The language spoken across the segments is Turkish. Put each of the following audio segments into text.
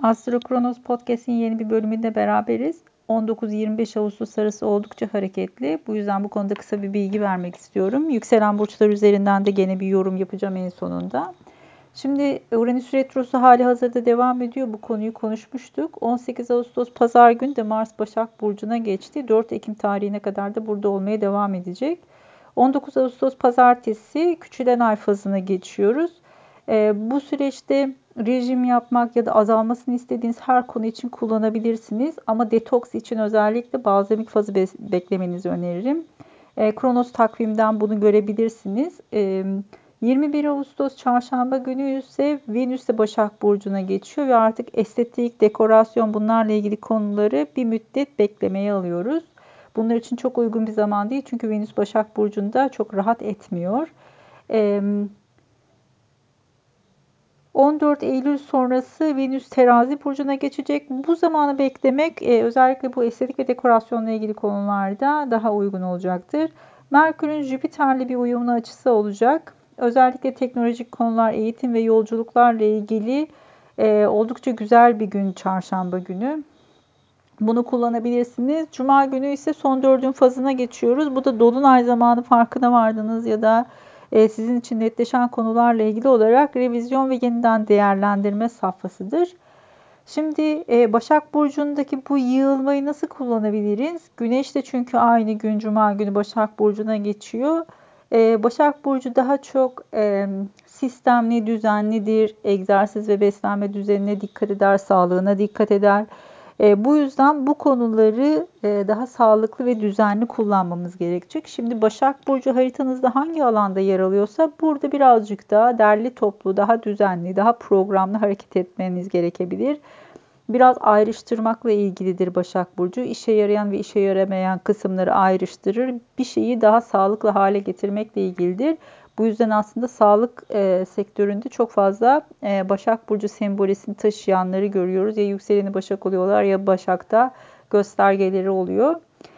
Astro Kronos Podcast'in yeni bir bölümünde beraberiz. 19-25 Ağustos arası oldukça hareketli. Bu yüzden bu konuda kısa bir bilgi vermek istiyorum. Yükselen burçlar üzerinden de gene bir yorum yapacağım en sonunda. Şimdi Uranüs Retrosu hali hazırda devam ediyor. Bu konuyu konuşmuştuk. 18 Ağustos Pazar günü de Mars Başak Burcu'na geçti. 4 Ekim tarihine kadar da burada olmaya devam edecek. 19 Ağustos Pazartesi Küçülen Ay fazına geçiyoruz. Bu süreçte rejim yapmak ya da azalmasını istediğiniz her konu için kullanabilirsiniz. Ama detoks için özellikle bazemik fazı beklemenizi öneririm. Kronos takvimden bunu görebilirsiniz. 21 Ağustos Çarşamba günü ise Venüs de Başak Burcu'na geçiyor ve artık estetik, dekorasyon bunlarla ilgili konuları bir müddet beklemeye alıyoruz. Bunlar için çok uygun bir zaman değil çünkü Venüs Başak Burcu'nda çok rahat etmiyor. 14 Eylül sonrası Venüs Terazi burcuna geçecek. Bu zamanı beklemek özellikle bu estetik ve dekorasyonla ilgili konularda daha uygun olacaktır. Merkür'ün Jüpiter'le bir uyumlu açısı olacak. Özellikle teknolojik konular, eğitim ve yolculuklarla ilgili oldukça güzel bir gün çarşamba günü. Bunu kullanabilirsiniz. Cuma günü ise son dördün fazına geçiyoruz. Bu da dolunay zamanı farkına vardınız ya da sizin için netleşen konularla ilgili olarak revizyon ve yeniden değerlendirme safhasıdır. Şimdi Başak Burcu'ndaki bu yığılmayı nasıl kullanabiliriz? Güneş de çünkü aynı gün Cuma günü Başak Burcu'na geçiyor. Başak Burcu daha çok sistemli, düzenlidir. Egzersiz ve beslenme düzenine dikkat eder, sağlığına dikkat eder. Bu yüzden bu konuları daha sağlıklı ve düzenli kullanmamız gerekecek. Şimdi Başak Burcu haritanızda hangi alanda yer alıyorsa burada birazcık daha derli toplu, daha düzenli, daha programlı hareket etmeniz gerekebilir. Biraz ayrıştırmakla ilgilidir Başak Burcu. İşe yarayan ve işe yaramayan kısımları ayrıştırır. Bir şeyi daha sağlıklı hale getirmekle ilgilidir. Bu yüzden aslında sağlık sektöründe çok fazla Başak Burcu sembolizini taşıyanları görüyoruz. Ya yükseleni Başak oluyorlar ya Başak'ta göstergeleri oluyor.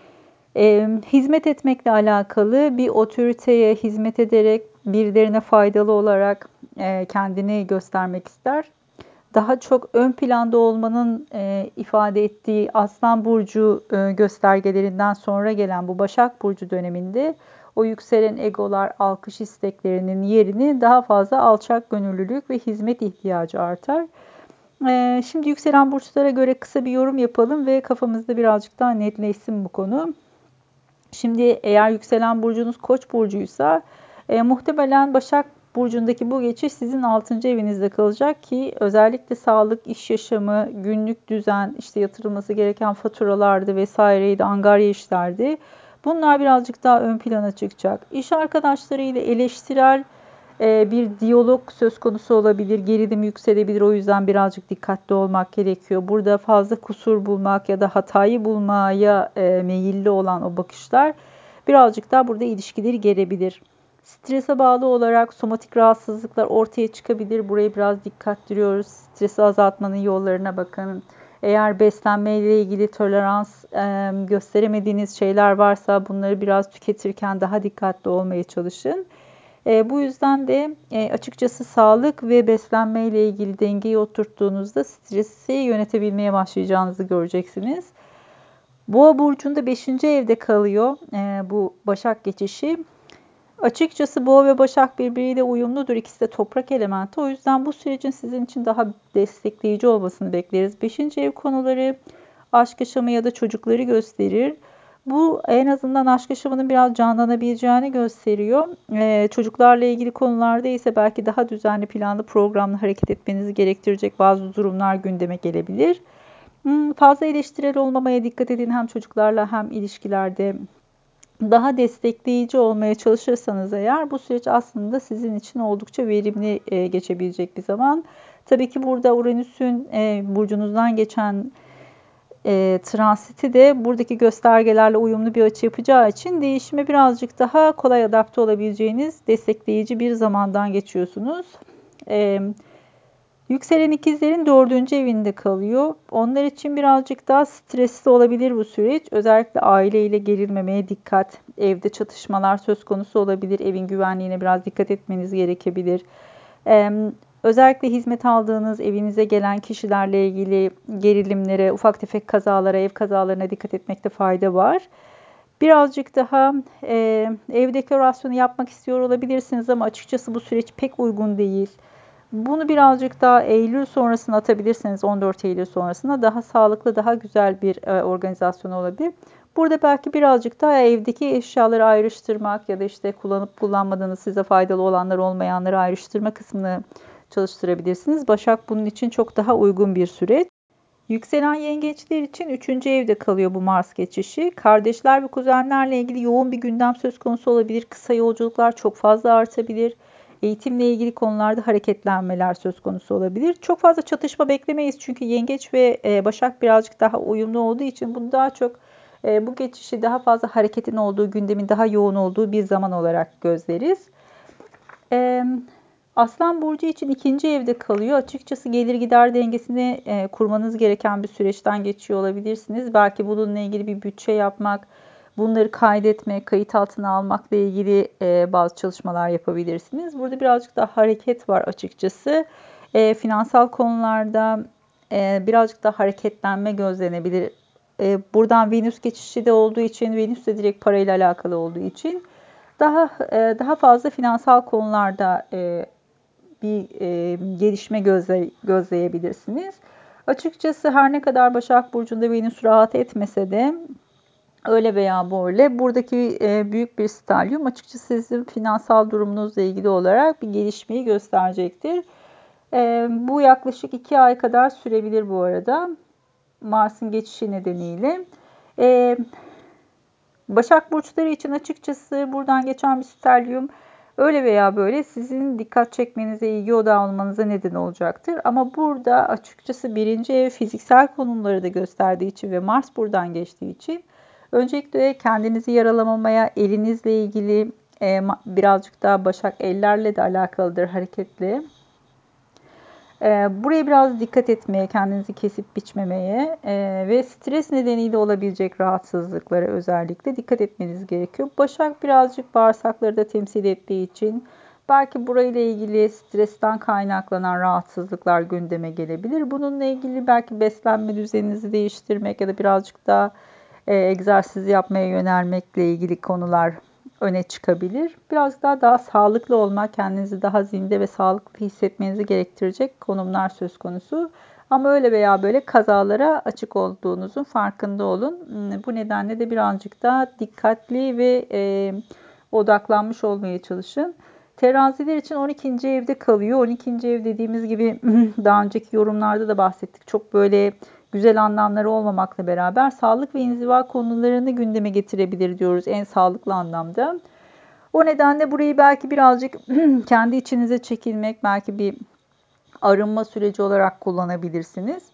Hizmet etmekle alakalı bir otoriteye hizmet ederek birilerine faydalı olarak kendini göstermek ister. Daha çok ön planda olmanın ifade ettiği Aslan Burcu göstergelerinden sonra gelen bu Başak Burcu döneminde o yükselen egolar, alkış isteklerinin yerini daha fazla alçak gönüllülük ve hizmet ihtiyacı artar. Şimdi yükselen burçlara göre kısa bir yorum yapalım ve kafamızda birazcık daha netleşsin bu konu. Şimdi eğer yükselen burcunuz Koç burcuysa muhtemelen Başak Burcu'ndaki bu geçiş sizin 6. evinizde kalacak ki özellikle sağlık, iş yaşamı, günlük düzen, işte yatırılması gereken faturalardı vesaireydi, angarya işlerdi. Bunlar birazcık daha ön plana çıkacak. İş arkadaşlarıyla eleştirel bir diyalog söz konusu olabilir, gerilim yükselebilir. O yüzden birazcık dikkatli olmak gerekiyor. Burada fazla kusur bulmak ya da hatayı bulmaya meyilli olan o bakışlar birazcık daha burada ilişkileri gerebilir. Strese bağlı olarak somatik rahatsızlıklar ortaya çıkabilir. Buraya biraz dikkat ediyoruz. Stresi azaltmanın yollarına bakın. Eğer beslenme ile ilgili tolerans gösteremediğiniz şeyler varsa bunları biraz tüketirken daha dikkatli olmaya çalışın. Bu yüzden de açıkçası sağlık ve beslenme ile ilgili dengeyi oturttuğunuzda stresi yönetebilmeye başlayacağınızı göreceksiniz. Boğa burcunda 5. evde kalıyor bu Başak geçişi. Açıkçası Boğa ve Başak birbiriyle uyumludur. İkisi de toprak elementi. O yüzden bu sürecin sizin için daha destekleyici olmasını bekleriz. 5. ev konuları aşk yaşamı ya da çocukları gösterir. Bu en azından aşk yaşamının biraz canlanabileceğini gösteriyor. Çocuklarla ilgili konularda ise belki daha düzenli, planlı, programlı hareket etmenizi gerektirecek bazı durumlar gündeme gelebilir. Fazla eleştirel olmamaya dikkat edin hem çocuklarla hem ilişkilerde. Daha destekleyici olmaya çalışırsanız eğer bu süreç aslında sizin için oldukça verimli geçebilecek bir zaman. Tabii ki burada Uranüs'ün burcunuzdan geçen transiti de buradaki göstergelerle uyumlu bir açı yapacağı için değişime birazcık daha kolay adapte olabileceğiniz destekleyici bir zamandan geçiyorsunuz. Yükselen ikizlerin 4. evinde kalıyor. Onlar için birazcık daha stresli olabilir bu süreç. Özellikle aileyle gerilmemeye dikkat. Evde çatışmalar söz konusu olabilir. Evin güvenliğine biraz dikkat etmeniz gerekebilir. Özellikle hizmet aldığınız evinize gelen kişilerle ilgili gerilimlere, ufak tefek kazalara, ev kazalarına dikkat etmekte fayda var. Birazcık daha ev dekorasyonu yapmak istiyor olabilirsiniz ama açıkçası bu süreç pek uygun değil. Bunu birazcık daha Eylül sonrasına atabilirseniz, 14 Eylül sonrasına daha sağlıklı, daha güzel bir organizasyon olabilir. Burada belki birazcık daha evdeki eşyaları ayrıştırmak ya da işte kullanıp kullanmadığınız, size faydalı olanlar olmayanları ayrıştırma kısmını çalıştırabilirsiniz. Başak bunun için çok daha uygun bir süreç. Yükselen yengeçler için 3. evde kalıyor bu Mars geçişi. Kardeşler ve kuzenlerle ilgili yoğun bir gündem söz konusu olabilir. Kısa yolculuklar çok fazla artabilir. Eğitimle ilgili konularda hareketlenmeler söz konusu olabilir. Çok fazla çatışma beklemeyiz çünkü yengeç ve başak birazcık daha uyumlu olduğu için bunu daha çok bu geçişi daha fazla hareketin olduğu, gündemin daha yoğun olduğu bir zaman olarak gözleriz. Aslan burcu için 2. evde kalıyor. Açıkçası gelir gider dengesini kurmanız gereken bir süreçten geçiyor olabilirsiniz. Belki bununla ilgili bir bütçe yapmak, bunları kaydetmek, kayıt altına almakla ilgili bazı çalışmalar yapabilirsiniz. Burada birazcık daha hareket var açıkçası. Finansal konularda birazcık daha hareketlenme gözlenebilir. Buradan Venüs geçişi de olduğu için, Venüs de direkt parayla alakalı olduğu için daha fazla finansal konularda bir gelişme gözleyebilirsiniz. Açıkçası her ne kadar Başak Burcu'nda Venüs rahat etmese de öyle veya böyle buradaki büyük bir stadyum açıkçası sizin finansal durumunuzla ilgili olarak bir gelişmeyi gösterecektir. Bu yaklaşık 2 ay kadar sürebilir bu arada. Mars'ın geçişi nedeniyle. Başak burçları için açıkçası buradan geçen bir sterlium öyle veya böyle sizin dikkat çekmenize, ilgi odağı olmanıza neden olacaktır. Ama burada açıkçası 1. ev fiziksel konumları da gösterdiği için ve Mars buradan geçtiği için öncelikle kendinizi yaralamamaya, elinizle ilgili birazcık daha Başak ellerle de alakalıdır, hareketli. Buraya biraz dikkat etmeye, kendinizi kesip biçmemeye ve stres nedeniyle olabilecek rahatsızlıklara özellikle dikkat etmeniz gerekiyor. Başak birazcık bağırsakları da temsil ettiği için belki burayla ilgili stresten kaynaklanan rahatsızlıklar gündeme gelebilir. Bununla ilgili belki beslenme düzeninizi değiştirmek ya da birazcık daha egzersiz yapmaya yönelmekle ilgili konular öne çıkabilir. Biraz daha sağlıklı olmak, kendinizi daha zinde ve sağlıklı hissetmenizi gerektirecek konumlar söz konusu. Ama öyle veya böyle kazalara açık olduğunuzun farkında olun. Bu nedenle de birazcık daha dikkatli ve odaklanmış olmaya çalışın. Teraziler için 12. evde kalıyor. 12. ev dediğimiz gibi daha önceki yorumlarda da bahsettik. Çok böyle güzel anlamları olmamakla beraber sağlık ve inziva konularını gündeme getirebilir diyoruz en sağlıklı anlamda. O nedenle burayı belki birazcık kendi içinize çekilmek, belki bir arınma süreci olarak kullanabilirsiniz.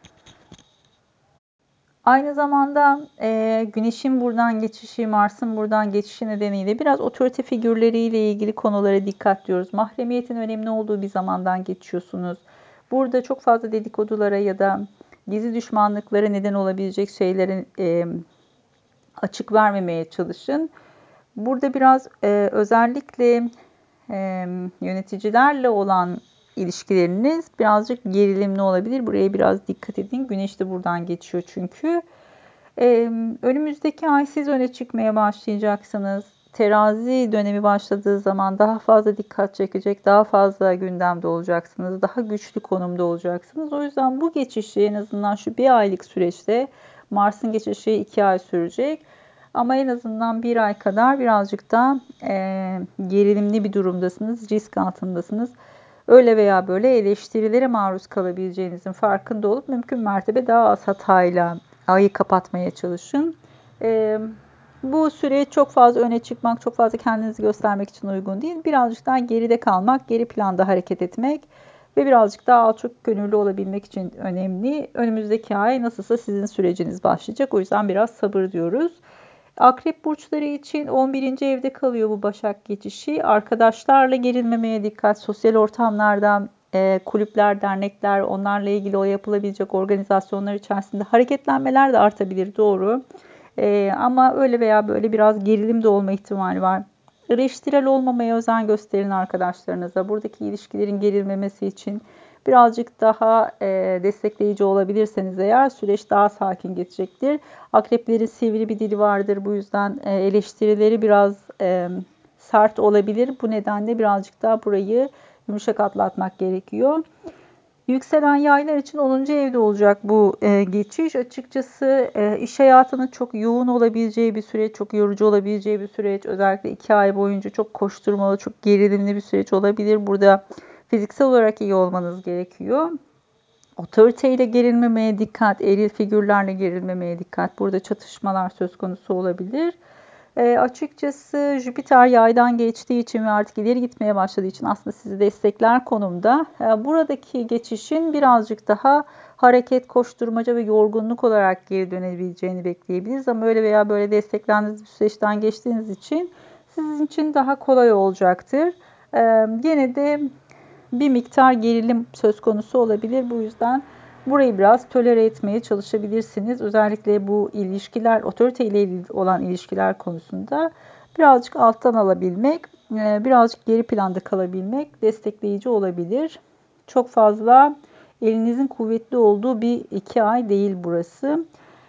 Aynı zamanda Güneş'in buradan geçişi, Mars'ın buradan geçişi nedeniyle biraz otorite figürleriyle ilgili konulara dikkat diyoruz. Mahremiyetin önemli olduğu bir zamandan geçiyorsunuz. Burada çok fazla dedikodulara ya da gizli düşmanlıklara neden olabilecek şeylerin açık vermemeye çalışın. Burada biraz özellikle yöneticilerle olan ilişkileriniz birazcık gerilimli olabilir. Buraya biraz dikkat edin. Güneş de buradan geçiyor çünkü. Önümüzdeki ay siz öne çıkmaya başlayacaksınız. Terazi dönemi başladığı zaman daha fazla dikkat çekecek, daha fazla gündemde olacaksınız, daha güçlü konumda olacaksınız. O yüzden bu geçişi en azından şu bir aylık süreçte, Mars'ın geçişi 2 ay sürecek. Ama en azından 1 ay kadar birazcık daha gerilimli bir durumdasınız, risk altındasınız. Öyle veya böyle eleştirilere maruz kalabileceğinizin farkında olup mümkün mertebe daha az hatayla ayı kapatmaya çalışın. Bu süre çok fazla öne çıkmak, çok fazla kendinizi göstermek için uygun değil. Birazcık daha geride kalmak, geri planda hareket etmek ve birazcık daha alçak gönüllü olabilmek için önemli. Önümüzdeki ay nasılsa sizin süreciniz başlayacak. O yüzden biraz sabır diyoruz. Akrep burçları için 11. evde kalıyor bu Başak geçişi. Arkadaşlarla gerilmemeye dikkat, sosyal ortamlarda, kulüpler, dernekler, onlarla ilgili o yapılabilecek organizasyonlar içerisinde hareketlenmeler de artabilir, doğru. Ama öyle veya böyle biraz gerilim de olma ihtimali var. Eleştirel olmamaya özen gösterin arkadaşlarınıza. Buradaki ilişkilerin gerilmemesi için birazcık daha destekleyici olabilirseniz eğer süreç daha sakin geçecektir. Akreplerin sivri bir dili vardır. Bu yüzden eleştirileri biraz sert olabilir. Bu nedenle birazcık daha burayı yumuşak atlatmak gerekiyor. Yükselen yaylar için 10. evde olacak bu geçiş. Açıkçası iş hayatının çok yoğun olabileceği bir süreç, çok yorucu olabileceği bir süreç. Özellikle 2 ay boyunca çok koşturmalı, çok gerilimli bir süreç olabilir. Burada fiziksel olarak iyi olmanız gerekiyor. Otoriteyle gerilmemeye dikkat, eril figürlerle gerilmemeye dikkat. Burada çatışmalar söz konusu olabilir. Açıkçası Jüpiter yaydan geçtiği için ve artık ileri gitmeye başladığı için aslında sizi destekler konumda. Buradaki geçişin birazcık daha hareket, koşturmaca ve yorgunluk olarak geri dönebileceğini bekleyebiliriz. Ama öyle veya böyle desteklendiğiniz bir süreçten geçtiğiniz için sizin için daha kolay olacaktır. Yine de bir miktar gerilim söz konusu olabilir. Bu yüzden burayı biraz tolere etmeye çalışabilirsiniz. Özellikle bu ilişkiler, otorite ile ilgili olan ilişkiler konusunda birazcık alttan alabilmek, birazcık geri planda kalabilmek destekleyici olabilir. Çok fazla elinizin kuvvetli olduğu bir 2 ay değil burası.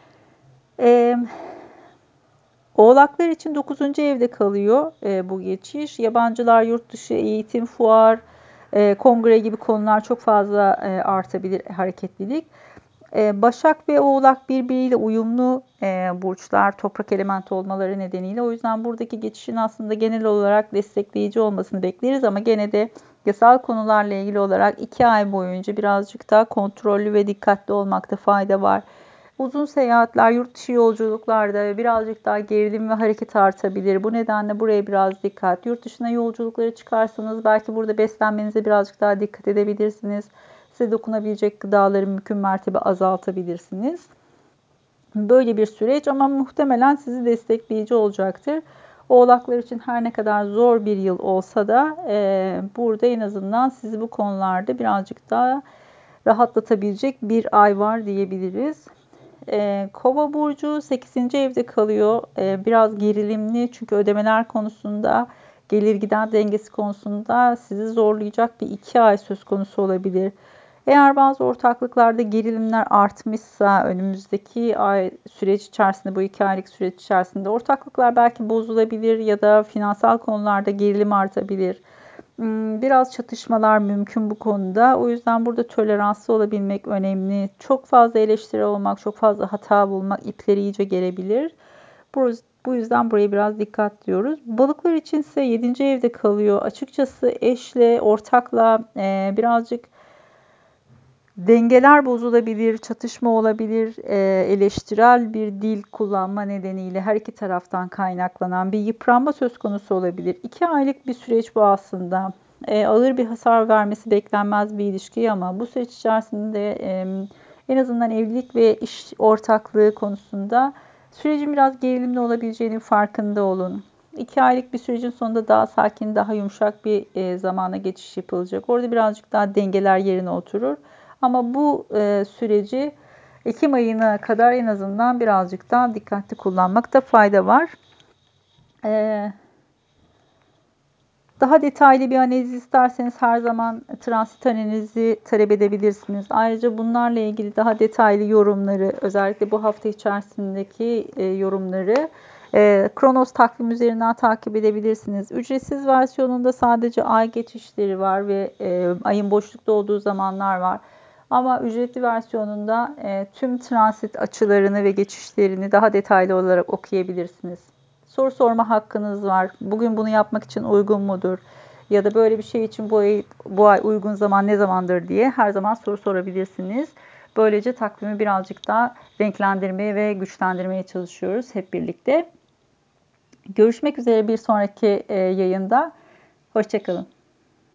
Oğlaklar için 9. evde kalıyor bu geçiş. Yabancılar, yurt dışı, eğitim, fuar, kongre gibi konular çok fazla artabilir hareketlilik. Başak ve Oğlak birbiriyle uyumlu burçlar, toprak elementi olmaları nedeniyle. O yüzden buradaki geçişin aslında genel olarak destekleyici olmasını bekleriz ama gene de yasal konularla ilgili olarak 2 ay boyunca birazcık daha kontrollü ve dikkatli olmakta fayda var. Uzun seyahatler, yurt dışı yolculuklarda birazcık daha gerilim ve hareket artabilir. Bu nedenle buraya biraz dikkat. Yurt dışına yolculuklara çıkarsanız belki burada beslenmenize birazcık daha dikkat edebilirsiniz. Size dokunabilecek gıdaları mümkün mertebe azaltabilirsiniz. Böyle bir süreç ama muhtemelen sizi destekleyici olacaktır. Oğlaklar için her ne kadar zor bir yıl olsa da burada en azından sizi bu konularda birazcık daha rahatlatabilecek bir ay var diyebiliriz. Kova burcu 8. evde kalıyor. Biraz gerilimli çünkü ödemeler konusunda, gelir gider dengesi konusunda sizi zorlayacak bir 2 ay söz konusu olabilir. Eğer bazı ortaklıklarda gerilimler artmışsa önümüzdeki ay süreç içerisinde, bu 2 aylık süreç içerisinde ortaklıklar belki bozulabilir ya da finansal konularda gerilim artabilir. Biraz çatışmalar mümkün bu konuda. O yüzden burada toleranslı olabilmek önemli. Çok fazla eleştiri olmak, çok fazla hata bulmak ipleri iyice gerebilir. Bu yüzden buraya biraz dikkat diyoruz. Balıklar için ise 7. evde kalıyor. Açıkçası eşle, ortakla birazcık dengeler bozulabilir, çatışma olabilir, eleştirel bir dil kullanma nedeniyle her iki taraftan kaynaklanan bir yıpranma söz konusu olabilir. 2 aylık bir süreç bu aslında. Ağır bir hasar vermesi beklenmez bir ilişki ama bu süreç içerisinde en azından evlilik ve iş ortaklığı konusunda sürecin biraz gerilimli olabileceğinin farkında olun. 2 aylık bir sürecin sonunda daha sakin, daha yumuşak bir zamana geçiş yapılacak. Orada birazcık daha dengeler yerine oturur. Ama bu süreci Ekim ayına kadar en azından birazcık daha dikkatli kullanmakta fayda var. Daha detaylı bir analiz isterseniz her zaman transit analizi talep edebilirsiniz. Ayrıca bunlarla ilgili daha detaylı yorumları, özellikle bu hafta içerisindeki yorumları Kronos takvim üzerinden takip edebilirsiniz. Ücretsiz versiyonunda sadece ay geçişleri var ve ayın boşlukta olduğu zamanlar var. Ama ücretli versiyonunda tüm transit açılarını ve geçişlerini daha detaylı olarak okuyabilirsiniz. Soru sorma hakkınız var. Bugün bunu yapmak için uygun mudur? Ya da böyle bir şey için bu ay uygun zaman ne zamandır diye her zaman soru sorabilirsiniz. Böylece takvimi birazcık daha renklendirmeye ve güçlendirmeye çalışıyoruz hep birlikte. Görüşmek üzere bir sonraki yayında. Hoşça kalın.